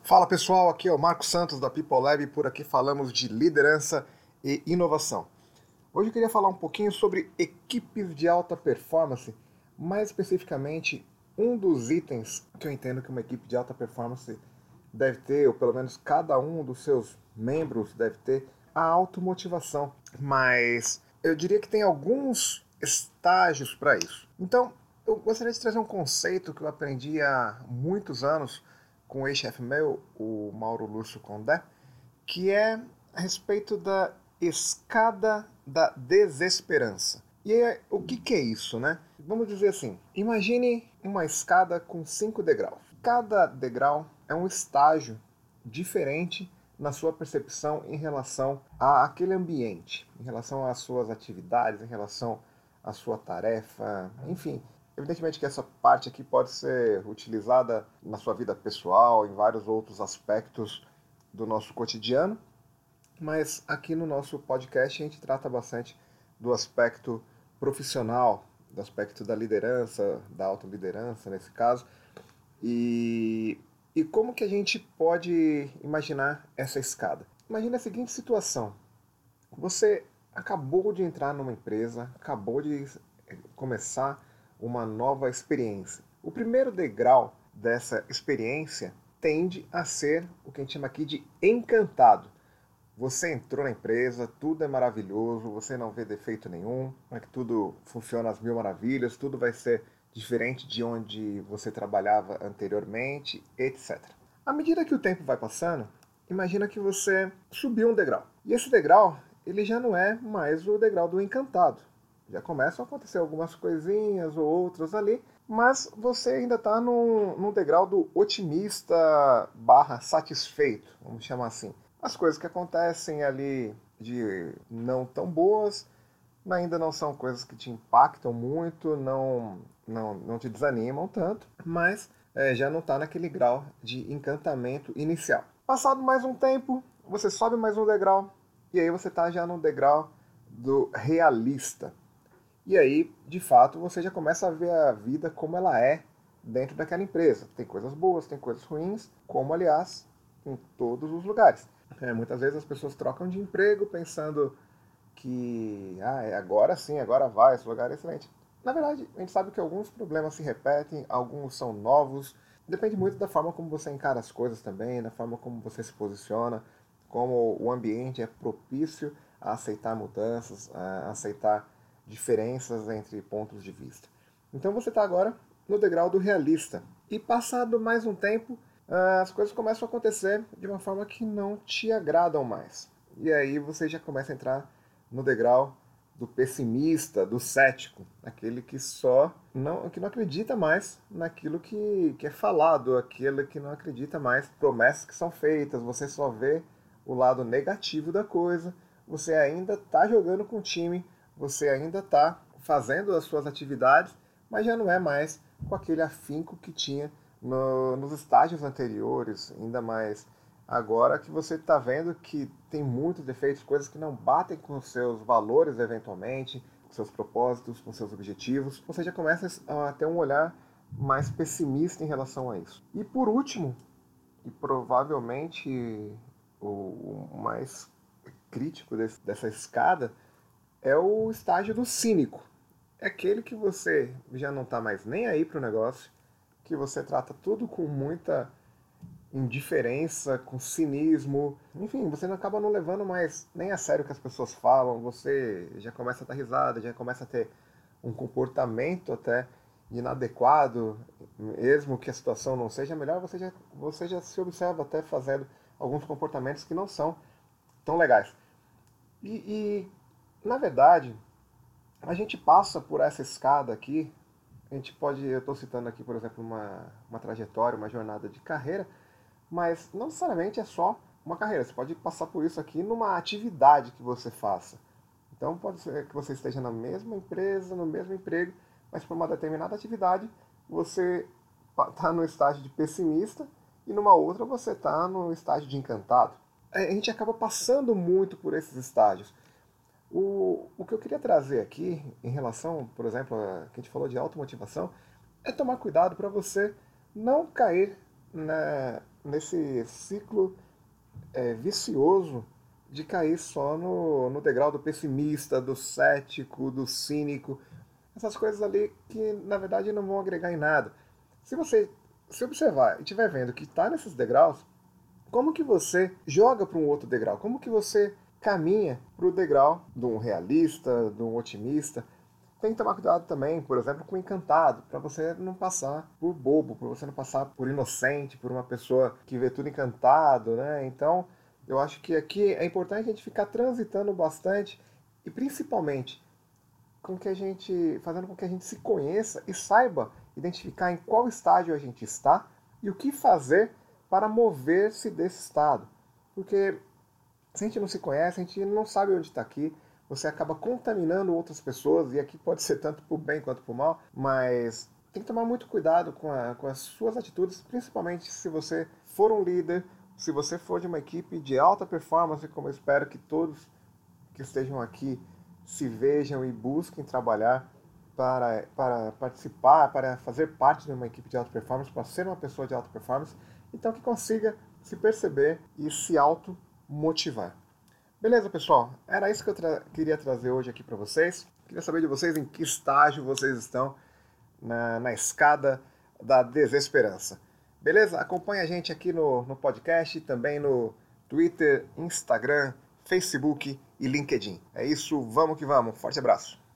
Fala pessoal, aqui é o Marcos Santos da People Lab e por aqui falamos de liderança e inovação. Hoje eu queria falar um pouquinho sobre equipes de alta performance, mais especificamente um dos itens que eu entendo que uma equipe de alta performance deve ter, ou pelo menos cada um dos seus membros deve ter, a automotivação. Mas eu diria que tem alguns estágios para isso. Então, eu gostaria de trazer um conceito que eu aprendi há muitos anos com o ex-chefe meu, o Mauro Lúcio Condé, que é a respeito da escada da desesperança. E o que é isso, né? Vamos dizer assim, imagine uma escada com 5 degraus. Cada degrau é um estágio diferente na sua percepção em relação àquele ambiente, em relação às suas atividades, em relação à sua tarefa, enfim. Evidentemente que essa parte aqui pode ser utilizada na sua vida pessoal, em vários outros aspectos do nosso cotidiano, mas aqui no nosso podcast a gente trata bastante do aspecto profissional, do aspecto da liderança, da autoliderança nesse caso, e como que a gente pode imaginar essa escada? Imagina a seguinte situação, você acabou de entrar numa empresa, acabou de começar uma nova experiência. O primeiro degrau dessa experiência tende a ser o que a gente chama aqui de encantado. Você entrou na empresa, tudo é maravilhoso, você não vê defeito nenhum, é que tudo funciona às mil maravilhas, tudo vai ser diferente de onde você trabalhava anteriormente, etc. À medida que o tempo vai passando, imagina que você subiu um degrau. E esse degrau, ele já não é mais o degrau do encantado. Já começam a acontecer algumas coisinhas ou outras ali, mas você ainda está no degrau do otimista / satisfeito, vamos chamar assim. As coisas que acontecem ali de não tão boas ainda não são coisas que te impactam muito, não te desanimam tanto, mas já não está naquele grau de encantamento inicial. Passado mais um tempo, você sobe mais um degrau, e aí você está já no degrau do realista. E aí, de fato, você já começa a ver a vida como ela é dentro daquela empresa. Tem coisas boas, tem coisas ruins, como, aliás, em todos os lugares. Muitas vezes as pessoas trocam de emprego pensando que agora sim, agora vai, esse lugar é excelente. Na verdade, a gente sabe que alguns problemas se repetem, alguns são novos. Depende muito da forma como você encara as coisas também, da forma como você se posiciona, como o ambiente é propício a aceitar mudanças, a aceitar diferenças entre pontos de vista. Então você está agora no degrau do realista. E passado mais um tempo, as coisas começam a acontecer de uma forma que não te agradam mais. E aí você já começa a entrar no degrau do pessimista, do cético, aquele que que não acredita mais naquilo que é falado, aquele que não acredita mais nas promessas que são feitas, você só vê o lado negativo da coisa, você ainda está jogando com o time, você ainda está fazendo as suas atividades, mas já não é mais com aquele afinco que tinha nos estágios anteriores, ainda mais agora que você está vendo que tem muitos defeitos, coisas que não batem com os seus valores eventualmente, com seus propósitos, com seus objetivos, você já começa a ter um olhar mais pessimista em relação a isso. E por último, e provavelmente o mais crítico dessa escada, é o estágio do cínico. É aquele que você já não está mais nem aí para o negócio, que você trata tudo com muita indiferença, com cinismo. Enfim, você acaba não levando mais nem a sério o que as pessoas falam, você já começa a dar risada, já começa a ter um comportamento até inadequado, mesmo que a situação não seja melhor, você já se observa até fazendo alguns comportamentos que não são tão legais. E na verdade, a gente passa por essa escada aqui, eu estou citando aqui, por exemplo, uma trajetória, uma jornada de carreira, mas não necessariamente é só uma carreira, você pode passar por isso aqui numa atividade que você faça. Então pode ser que você esteja na mesma empresa, no mesmo emprego, mas por uma determinada atividade você está no estágio de pessimista e numa outra você está no estágio de encantado. A gente acaba passando muito por esses estágios. O que eu queria trazer aqui, em relação, por exemplo, que a gente falou de automotivação, é tomar cuidado para você não cair nesse ciclo vicioso de cair só no degrau do pessimista, do cético, do cínico, essas coisas ali que na verdade não vão agregar em nada. Se você se observar e estiver vendo que está nesses degraus, como que você joga para um outro degrau? Como que você caminha para o degrau de um realista, de um otimista? Tem que tomar cuidado também, por exemplo, com o encantado, para você não passar por bobo, para você não passar por inocente, por uma pessoa que vê tudo encantado, né? Então, eu acho que aqui é importante a gente ficar transitando bastante e principalmente fazendo com que a gente se conheça e saiba identificar em qual estágio a gente está e o que fazer para mover-se desse estado. Porque se a gente não se conhece, a gente não sabe onde está aqui, você acaba contaminando outras pessoas, e aqui pode ser tanto por bem quanto por mal, mas tem que tomar muito cuidado com as suas atitudes, principalmente se você for um líder, se você for de uma equipe de alta performance, como eu espero que todos que estejam aqui se vejam e busquem trabalhar para participar, para fazer parte de uma equipe de alta performance, para ser uma pessoa de alta performance, então que consiga se perceber e se automotivar. Beleza, pessoal? Era isso que eu queria trazer hoje aqui para vocês. Queria saber de vocês em que estágio vocês estão na escada da desesperança. Beleza? Acompanhe a gente aqui no podcast, também no Twitter, Instagram, Facebook e LinkedIn. É isso, vamos que vamos. Forte abraço.